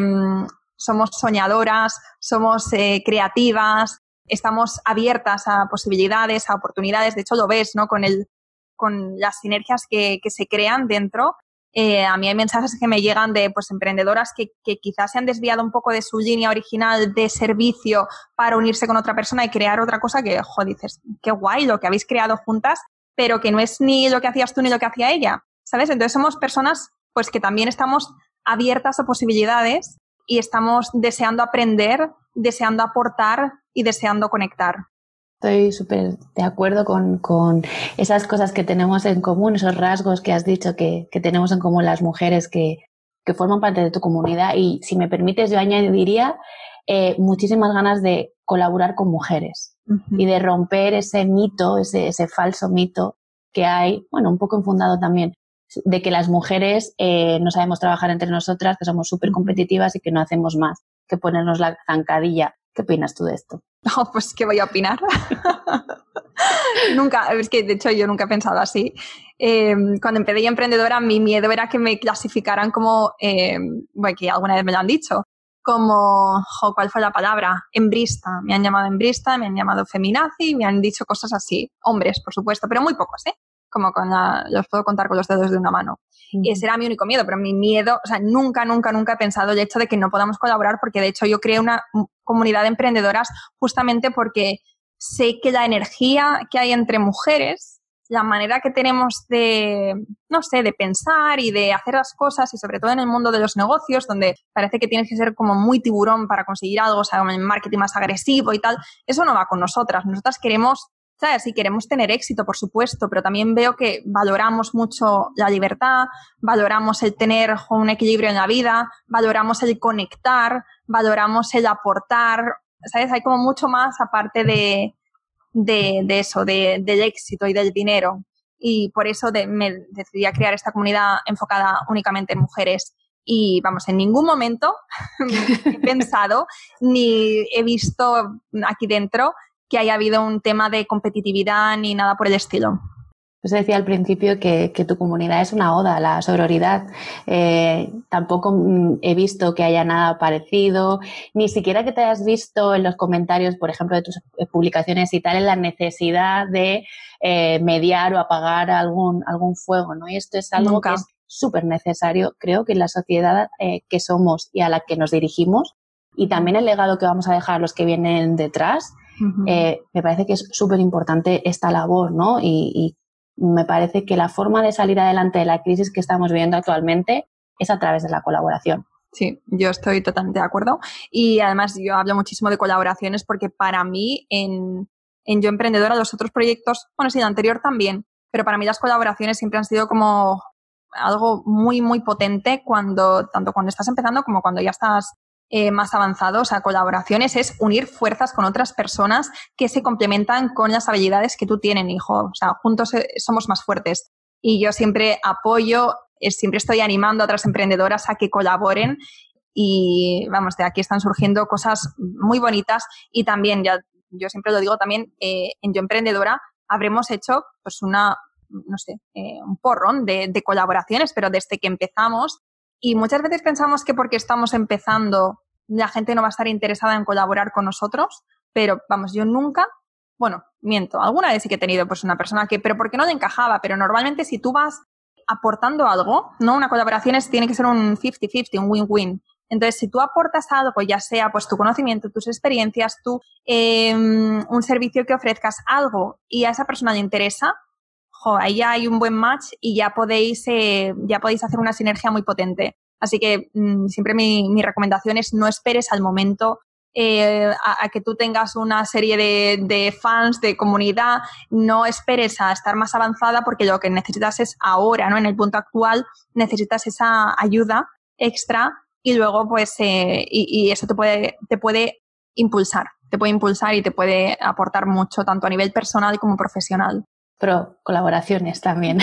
soñadoras, somos creativas, estamos abiertas a posibilidades, a oportunidades. De hecho, lo ves, ¿no? Con las sinergias que se crean dentro. A mí hay mensajes que me llegan de pues emprendedoras que quizás se han desviado un poco de su línea original de servicio para unirse con otra persona y crear otra cosa que, dices, qué guay lo que habéis creado juntas, pero que no es ni lo que hacías tú ni lo que hacía ella, ¿sabes? Entonces somos personas pues que también estamos abiertas a posibilidades y estamos deseando aprender, deseando aportar y deseando conectar. Estoy súper de acuerdo con esas cosas que tenemos en común, esos rasgos que has dicho que tenemos en común las mujeres que forman parte de tu comunidad. Y si me permites, yo añadiría muchísimas ganas de colaborar con mujeres y de romper ese mito, ese falso mito que hay, bueno, un poco infundado también, de que las mujeres no sabemos trabajar entre nosotras, que somos súper competitivas y que no hacemos más que ponernos la zancadilla. ¿Qué opinas tú de esto? No, pues ¿qué voy a opinar? Nunca, es que de hecho yo nunca he pensado así. Cuando empecé emprendedora, mi miedo era que me clasificaran como, bueno, que alguna vez me lo han dicho, como, ¿cuál fue la palabra? Hembrista. Me han llamado hembrista, me han llamado feminazi, me han dicho cosas así. Hombres, por supuesto, pero muy pocos, ¿eh? Como los puedo contar con los dedos de una mano. Y ese era mi único miedo, pero mi miedo, o sea, nunca he pensado el hecho de que no podamos colaborar, porque de hecho yo creé una comunidad de emprendedoras justamente porque sé que la energía que hay entre mujeres, la manera que tenemos de, no sé, de pensar y de hacer las cosas, y sobre todo en el mundo de los negocios, donde parece que tienes que ser como muy tiburón para conseguir algo, o sea, el marketing más agresivo y tal, eso no va con nosotras. Nosotras queremos, ¿sabes? Sí, queremos tener éxito, por supuesto, pero también veo que valoramos mucho la libertad, valoramos el tener un equilibrio en la vida, valoramos el conectar, valoramos el aportar, ¿sabes? Hay como mucho más aparte de eso, del éxito y del dinero. Y por eso me decidí a crear esta comunidad enfocada únicamente en mujeres. Y vamos, en ningún momento he pensado ni he visto aquí dentro que haya habido un tema de competitividad ni nada por el estilo. Pues decía al principio que tu comunidad es una oda a la sororidad. Tampoco he visto que haya nada parecido, ni siquiera que te hayas visto en los comentarios, por ejemplo, de tus publicaciones y tal, en la necesidad de mediar o apagar algún fuego, ¿no? Y esto es algo Nunca. que es súper necesario, creo que en la sociedad que somos y a la que nos dirigimos, y también el legado que vamos a dejar a los que vienen detrás. Me parece que es súper importante esta labor, ¿no? Y me parece que la forma de salir adelante de la crisis que estamos viviendo actualmente es a través de la colaboración. Sí, yo estoy totalmente de acuerdo. Y además yo hablo muchísimo de colaboraciones porque para mí en Yo Emprendedora, los otros proyectos, bueno, sí, el anterior también, pero para mí las colaboraciones siempre han sido como algo muy, muy potente tanto cuando estás empezando como cuando ya estás más avanzado. O sea, colaboraciones es unir fuerzas con otras personas que se complementan con las habilidades que tú tienes, hijo. O sea, juntos somos más fuertes. Y yo siempre apoyo, siempre estoy animando a otras emprendedoras a que colaboren. Y vamos, de aquí están surgiendo cosas muy bonitas. Y también, yo siempre lo digo también, en Yo Emprendedora habremos hecho pues un porrón de colaboraciones, pero desde que empezamos. Y muchas veces pensamos que porque estamos empezando la gente no va a estar interesada en colaborar con nosotros, pero vamos, yo nunca, bueno, miento, alguna vez sí que he tenido pues una persona pero porque no le encajaba, pero normalmente si tú vas aportando algo, ¿no? Una colaboración tiene que ser un 50-50, un win-win. Entonces, si tú aportas algo, ya sea pues tu conocimiento, tus experiencias, un servicio que ofrezcas, algo, y a esa persona le interesa, ahí ya hay un buen match y ya podéis hacer una sinergia muy potente. Así que siempre mi recomendación es no esperes al momento a que tú tengas una serie de fans, de comunidad, no esperes a estar más avanzada porque lo que necesitas es ahora, ¿no? En el punto actual necesitas esa ayuda extra y luego pues y eso te puede impulsar y te puede aportar mucho tanto a nivel personal como profesional. Pero colaboraciones también,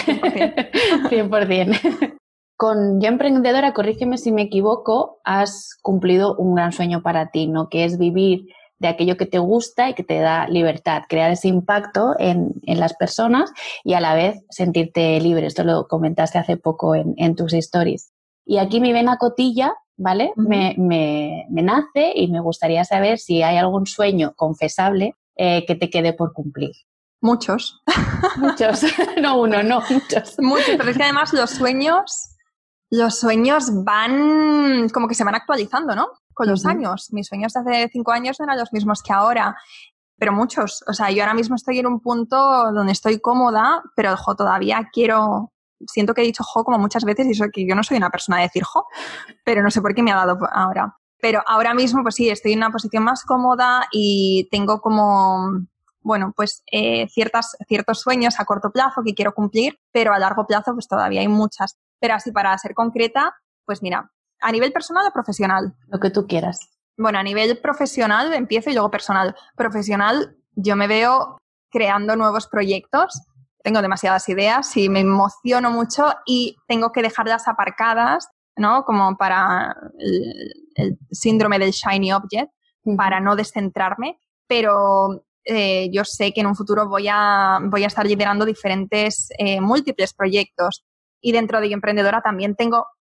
100%. Con Yo Emprendedora, corrígeme si me equivoco, has cumplido un gran sueño para ti, ¿no? Que es vivir de aquello que te gusta y que te da libertad, crear ese impacto en las personas y a la vez sentirte libre. Esto lo comentaste hace poco en tus stories. Y aquí mi vena cotilla, ¿vale? Uh-huh. me nace y me gustaría saber si hay algún sueño confesable que te quede por cumplir. Muchos. Muchos, no uno, no, muchos. Muchos, pero es que además los sueños van como que se van actualizando, ¿no? Con los años. Mis sueños de hace 5 años no eran los mismos que ahora, pero muchos. O sea, yo ahora mismo estoy en un punto donde estoy cómoda, pero todavía siento que he dicho como muchas veces y eso que yo no soy una persona de decir pero no sé por qué me ha dado ahora. Pero ahora mismo, pues sí, estoy en una posición más cómoda y tengo bueno, pues ciertos sueños a corto plazo que quiero cumplir, pero a largo plazo pues todavía hay muchas. Pero así para ser concreta, pues mira, ¿a nivel personal o profesional? Lo que tú quieras. Bueno, a nivel profesional empiezo y luego personal. Profesional, yo me veo creando nuevos proyectos, tengo demasiadas ideas y me emociono mucho y tengo que dejarlas aparcadas, ¿no? Como para el síndrome del shiny object, para no descentrarme, pero yo sé que en un futuro voy a estar liderando múltiples proyectos y dentro de Yo Emprendedora también tengo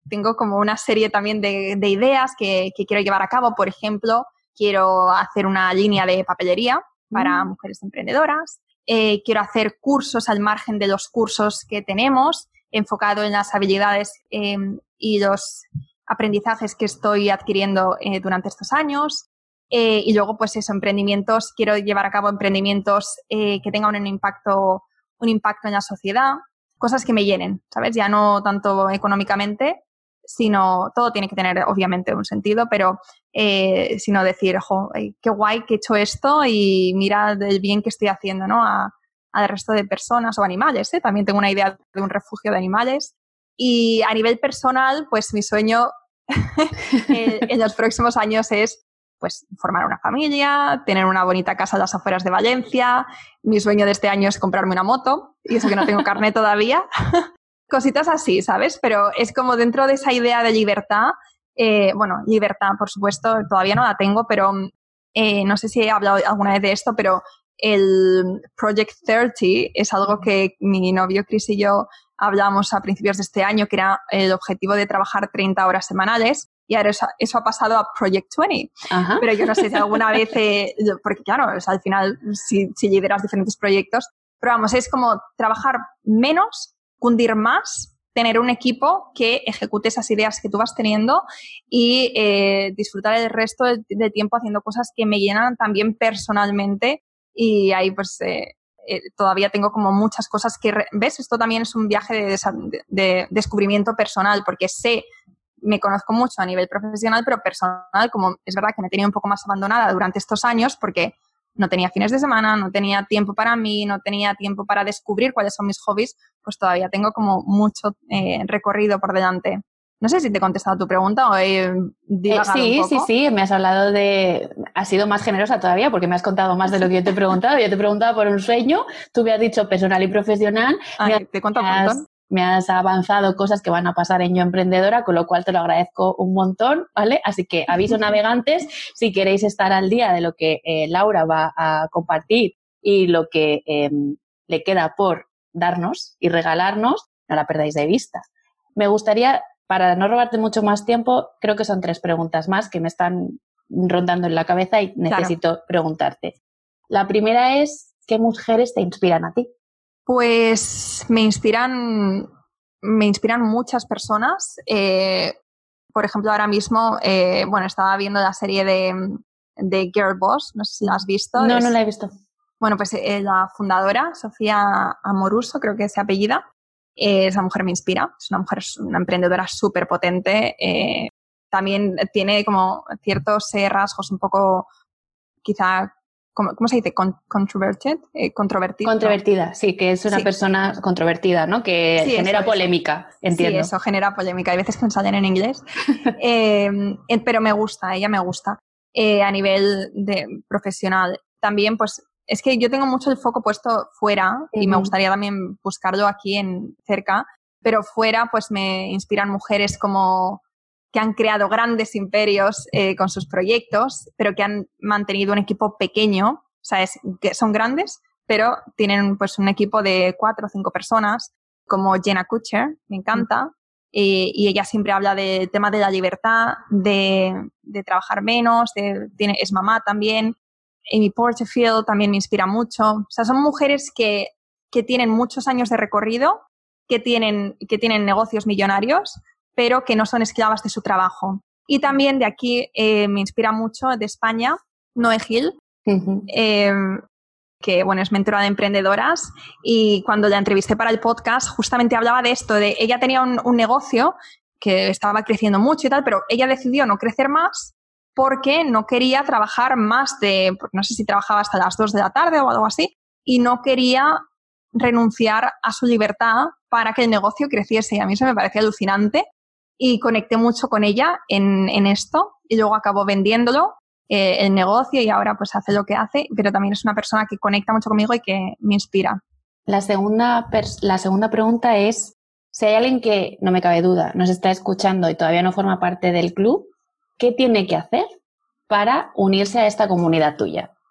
tengo como una serie también de ideas que quiero llevar a cabo. Por ejemplo, quiero hacer una línea de papelería para mujeres emprendedoras. Quiero hacer cursos al margen de los cursos que tenemos, enfocado en las habilidades y los aprendizajes que estoy adquiriendo durante estos años. Y luego, pues eso, emprendimientos. Quiero llevar a cabo emprendimientos que tengan un impacto en la sociedad, cosas que me llenen, ¿sabes? Ya no tanto económicamente, sino todo tiene que tener obviamente un sentido, pero sino decir, qué guay que he hecho esto y mira el bien que estoy haciendo, ¿no? Al resto de personas o animales, ¿eh? También tengo una idea de un refugio de animales. Y a nivel personal, pues mi sueño en los próximos años es pues formar una familia, tener una bonita casa a las afueras de Valencia. Mi sueño de este año es comprarme una moto, y eso que no tengo carnet todavía. Cositas así, ¿sabes? Pero es como dentro de esa idea de libertad, libertad, por supuesto, todavía no la tengo, pero no sé si he hablado alguna vez de esto, pero el Project 30 es algo que mi novio Chris y yo hablamos a principios de este año, que era el objetivo de trabajar 30 horas semanales, y ahora eso ha pasado a Project 20. Ajá. Pero yo no sé si alguna vez, porque claro, o sea, al final si lideras diferentes proyectos, pero vamos, es como trabajar menos, cundir más, tener un equipo que ejecute esas ideas que tú vas teniendo y disfrutar el resto del tiempo haciendo cosas que me llenan también personalmente. Y ahí pues todavía tengo como muchas cosas que... ¿Ves? Esto también es un viaje de descubrimiento personal, porque me conozco mucho a nivel profesional, pero personal, como es verdad que me tenía un poco más abandonada durante estos años porque no tenía fines de semana, no tenía tiempo para mí, no tenía tiempo para descubrir cuáles son mis hobbies, pues todavía tengo como mucho recorrido por delante. No sé si te he contestado tu pregunta o he divagado un poco. Sí, me has hablado has sido más generosa todavía porque me has contado más de lo que yo te he preguntado. Yo te he preguntado por un sueño, tú me has dicho personal y profesional. Te cuento un montón. Me has avanzado cosas que van a pasar en Yo Emprendedora, con lo cual te lo agradezco un montón, ¿vale? Así que aviso navegantes, si queréis estar al día de lo que Laura va a compartir y lo que le queda por darnos y regalarnos, no la perdáis de vista. Me gustaría, para no robarte mucho más tiempo, creo que son 3 preguntas más que me están rondando en la cabeza y necesito preguntarte. La primera es, ¿qué mujeres te inspiran a ti? Pues me inspiran muchas personas. Por ejemplo, ahora mismo, estaba viendo la serie de Girl Boss, no sé si la has visto. No la he visto. Bueno, pues la fundadora, Sofía Amoruso, creo que se apellida, esa mujer me inspira. Es una emprendedora súper potente. También tiene como ciertos rasgos un poco, quizá, ¿cómo se dice? Controvertida. Controvertida, ¿no? Sí, que es una persona controvertida, ¿no? Que genera polémica, entiendo. Sí, eso genera polémica. Hay veces que me salen en inglés. Pero me gusta, ella me gusta. A nivel profesional. También, pues, es que yo tengo mucho el foco puesto fuera y me gustaría también buscarlo aquí cerca, pero fuera, pues, me inspiran mujeres como que han creado grandes imperios con sus proyectos, pero que han mantenido un equipo pequeño, ¿sabes? Que son grandes, pero tienen pues un equipo de 4 o 5 personas, como Jenna Kutcher, me encanta, y ella siempre habla del tema de la libertad, de trabajar menos, es mamá también. Amy Porterfield también me inspira mucho. O sea, son mujeres que tienen muchos años de recorrido, que tienen negocios millonarios, pero que no son esclavas de su trabajo. Y también de aquí me inspira mucho, de España, Noé Gil, que bueno, es mentora de emprendedoras, y cuando la entrevisté para el podcast justamente hablaba de esto, de ella tenía un negocio que estaba creciendo mucho y tal, pero ella decidió no crecer más porque no quería trabajar más no sé si trabajaba hasta las 2 de la tarde o algo así, y no quería renunciar a su libertad para que el negocio creciese. Y a mí eso me parecía alucinante. Y conecté mucho con ella en esto y luego acabó vendiéndolo, el negocio, y ahora pues hace lo que hace, pero también es una persona que conecta mucho conmigo y que me inspira. La segunda pregunta es, si hay alguien que, no me cabe duda, nos está escuchando y todavía no forma parte del club, ¿qué tiene que hacer para unirse a esta comunidad tuya?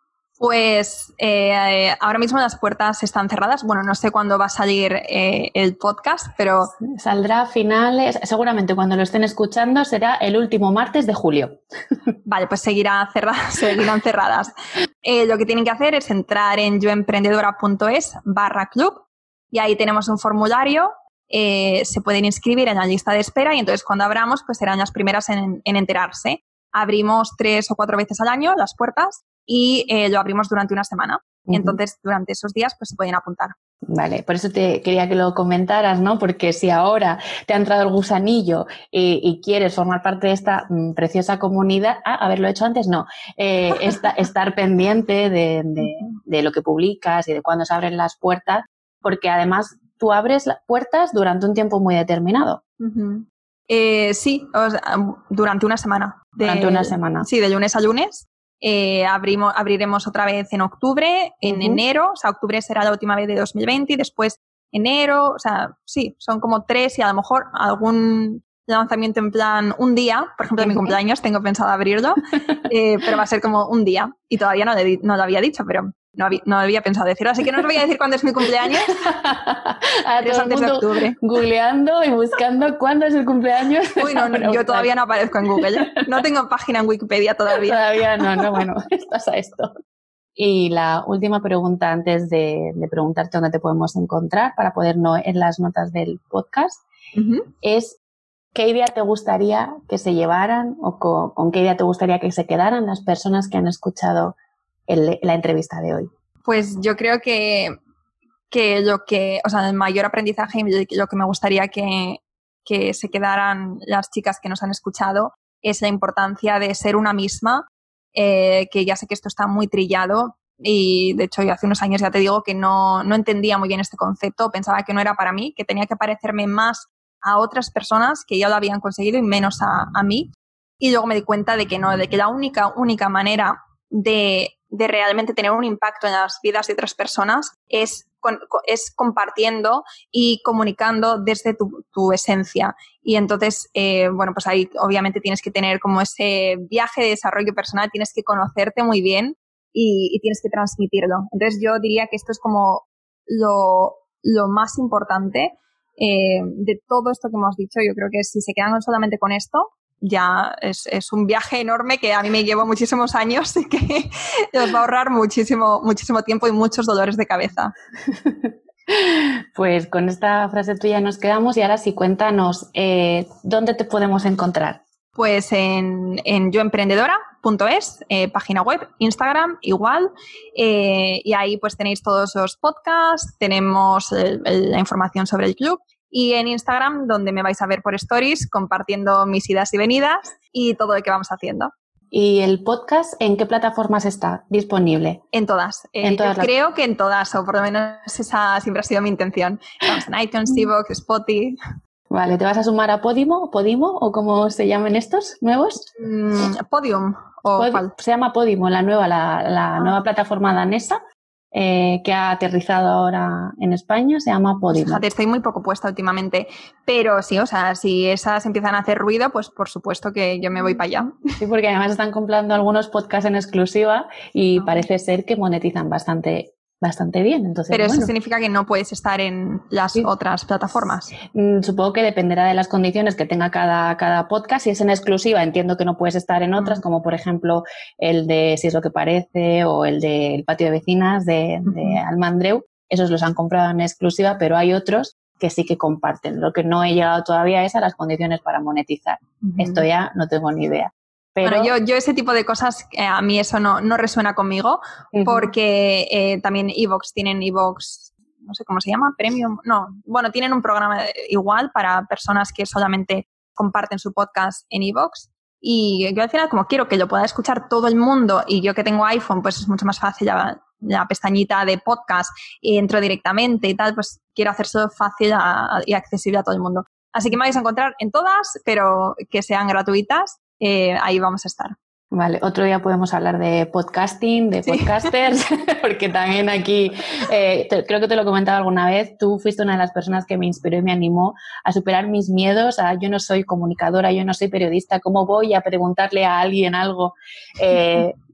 Pues ahora mismo las puertas están cerradas. Bueno, no sé cuándo va a salir el podcast, pero... Saldrá a finales, seguramente cuando lo estén escuchando será el último martes de julio. Vale, pues seguirán cerradas. Lo que tienen que hacer es entrar en yoemprendedora.es/club y ahí tenemos un formulario. Se pueden inscribir en la lista de espera y entonces cuando abramos pues serán las primeras en enterarse. Abrimos 3 o 4 veces al año las puertas y lo abrimos durante una semana. Entonces, durante esos días, pues se pueden apuntar. Vale, por eso te quería que lo comentaras, ¿no? Porque si ahora te ha entrado el gusanillo y quieres formar parte de esta preciosa comunidad, haberlo hecho antes, no. Estar pendiente de lo que publicas y de cuándo se abren las puertas, porque además tú abres las puertas durante un tiempo muy determinado. Sí, o sea, durante una semana. Durante una semana. Sí, de lunes a lunes. Abriremos otra vez en octubre, en enero, o sea, octubre será la última vez de 2020 y después enero, o sea, sí, son como 3 y a lo mejor algún lanzamiento en plan un día, por ejemplo, en mi cumpleaños tengo pensado abrirlo, pero va a ser como un día y todavía no lo había dicho, pero no había pensado decirlo, así que no os voy a decir cuándo es mi cumpleaños. Es antes de octubre. Googleando y buscando cuándo es el cumpleaños. Uy, no, yo todavía no aparezco en Google, ¿eh? No tengo página en Wikipedia todavía. Todavía no, bueno, estás a esto. Y la última pregunta antes de preguntarte dónde te podemos encontrar para ponerlo en las notas del podcast es ¿qué idea te gustaría que se llevaran o con qué idea te gustaría que se quedaran las personas que han escuchado la entrevista de hoy? Pues yo creo que el mayor aprendizaje y lo que me gustaría que se quedaran las chicas que nos han escuchado es la importancia de ser una misma, que ya sé que esto está muy trillado y de hecho yo hace unos años ya te digo que no entendía muy bien este concepto, pensaba que no era para mí, que tenía que parecerme más a otras personas que ya lo habían conseguido y menos a mí. Y luego me di cuenta de que no, de que la única manera de realmente tener un impacto en las vidas de otras personas es compartiendo y comunicando desde tu esencia. Y entonces, pues ahí obviamente tienes que tener como ese viaje de desarrollo personal, tienes que conocerte muy bien y tienes que transmitirlo. Entonces yo diría que esto es como lo más importante de todo esto que hemos dicho. Yo creo que si se quedan solamente con esto, ya es un viaje enorme que a mí me llevó muchísimos años y que os va a ahorrar muchísimo tiempo y muchos dolores de cabeza. Pues con esta frase tuya nos quedamos y ahora sí cuéntanos ¿dónde te podemos encontrar? Pues en yoemprendedora.es, página web, Instagram igual, y ahí pues tenéis todos los podcasts, tenemos la información sobre el club. Y en Instagram, donde me vais a ver por stories, compartiendo mis idas y venidas y todo lo que vamos haciendo. ¿Y el podcast en qué plataformas está disponible? En todas. Creo que en todas, o por lo menos esa siempre ha sido mi intención. Estamos en iTunes, Evox, Spotify. Vale, ¿te vas a sumar a Podimo o cómo se llaman estos nuevos? Podium. Se llama Podimo, la nueva plataforma danesa. Que ha aterrizado ahora en España, se llama Podimo. Fíjate, estoy muy poco puesta últimamente, pero sí, o sea, si esas empiezan a hacer ruido, pues por supuesto que yo me voy para allá. Sí, porque además están comprando algunos podcasts en exclusiva y parece ser que monetizan bastante bien. Entonces, pero eso significa que no puedes estar en las otras plataformas. Supongo que dependerá de las condiciones que tenga cada podcast. Si es en exclusiva, entiendo que no puedes estar en otras, como por ejemplo el de Si es lo que parece o el de El patio de vecinas de Almandreu. Esos los han comprado en exclusiva, pero hay otros que sí que comparten. Lo que no he llegado todavía es a las condiciones para monetizar. Esto ya no tengo ni idea. Pero... Bueno, yo ese tipo de cosas, a mí eso no resuena conmigo, porque también tienen Evox, no sé cómo se llama, Premium, tienen un programa igual para personas que solamente comparten su podcast en Evox. Y yo al final, como quiero que lo pueda escuchar todo el mundo y yo que tengo iPhone, pues es mucho más fácil la pestañita de podcast y entro directamente y tal, pues quiero hacérselo fácil y accesible a todo el mundo. Así que me vais a encontrar en todas, pero que sean gratuitas. Ahí vamos a estar. Vale, otro día podemos hablar de podcasting, de podcasters, porque también aquí, creo que te lo comentaba alguna vez, tú fuiste una de las personas que me inspiró y me animó a superar mis miedos, yo no soy comunicadora, yo no soy periodista, ¿cómo voy a preguntarle a alguien algo?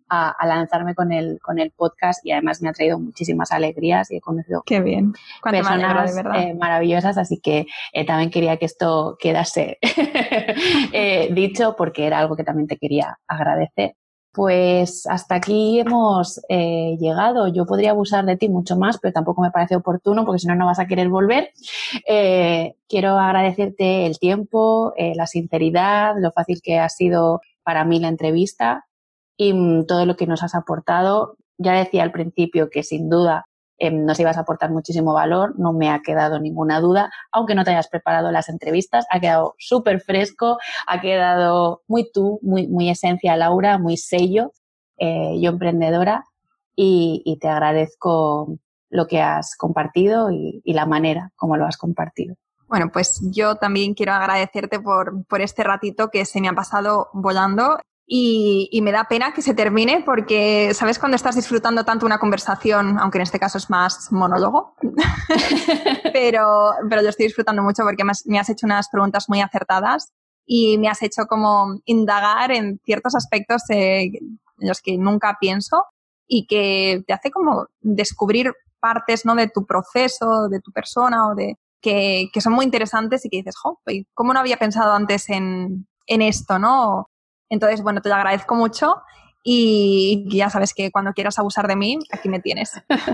a lanzarme con el podcast, y además me ha traído muchísimas alegrías y he conocido Qué bien. personas me alegro, maravillosas, así que también quería que esto quedase dicho, porque era algo que también te quería agradecer. Pues hasta aquí hemos llegado. Yo podría abusar de ti mucho más, pero tampoco me parece oportuno porque si no, no vas a querer volver. Quiero agradecerte el tiempo, la sinceridad, lo fácil que ha sido para mí la entrevista y todo lo que nos has aportado. Ya decía al principio que sin duda nos ibas a aportar muchísimo valor, no me ha quedado ninguna duda, aunque no te hayas preparado las entrevistas, ha quedado súper fresco, ha quedado muy tú, muy esencia Laura, muy sello, yo emprendedora, y te agradezco lo que has compartido y la manera como lo has compartido. Bueno, pues yo también quiero agradecerte por este ratito que se me ha pasado volando. Y me da pena que se termine porque, ¿sabes? Cuando estás disfrutando tanto una conversación, aunque en este caso es más monólogo, pero yo estoy disfrutando mucho porque me has hecho unas preguntas muy acertadas y me has hecho como indagar en ciertos aspectos en los que nunca pienso y que te hace como descubrir partes, ¿no?, de tu proceso, de tu persona o de que son muy interesantes y que dices, jo, ¿cómo no había pensado antes en esto, ¿no? Entonces, bueno, te lo agradezco mucho y ya sabes que cuando quieras abusar de mí, aquí me tienes.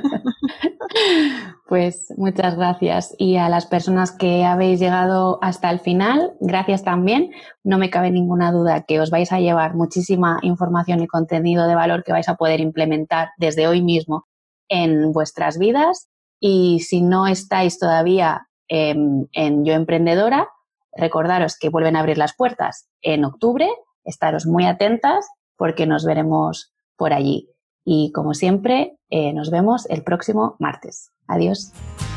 Pues muchas gracias. Y a las personas que habéis llegado hasta el final, gracias también. No me cabe ninguna duda que os vais a llevar muchísima información y contenido de valor que vais a poder implementar desde hoy mismo en vuestras vidas. Y si no estáis todavía en Yo Emprendedora, recordaros que vuelven a abrir las puertas en octubre. Estaros muy atentas porque nos veremos por allí. Y como siempre, nos vemos el próximo martes. Adiós.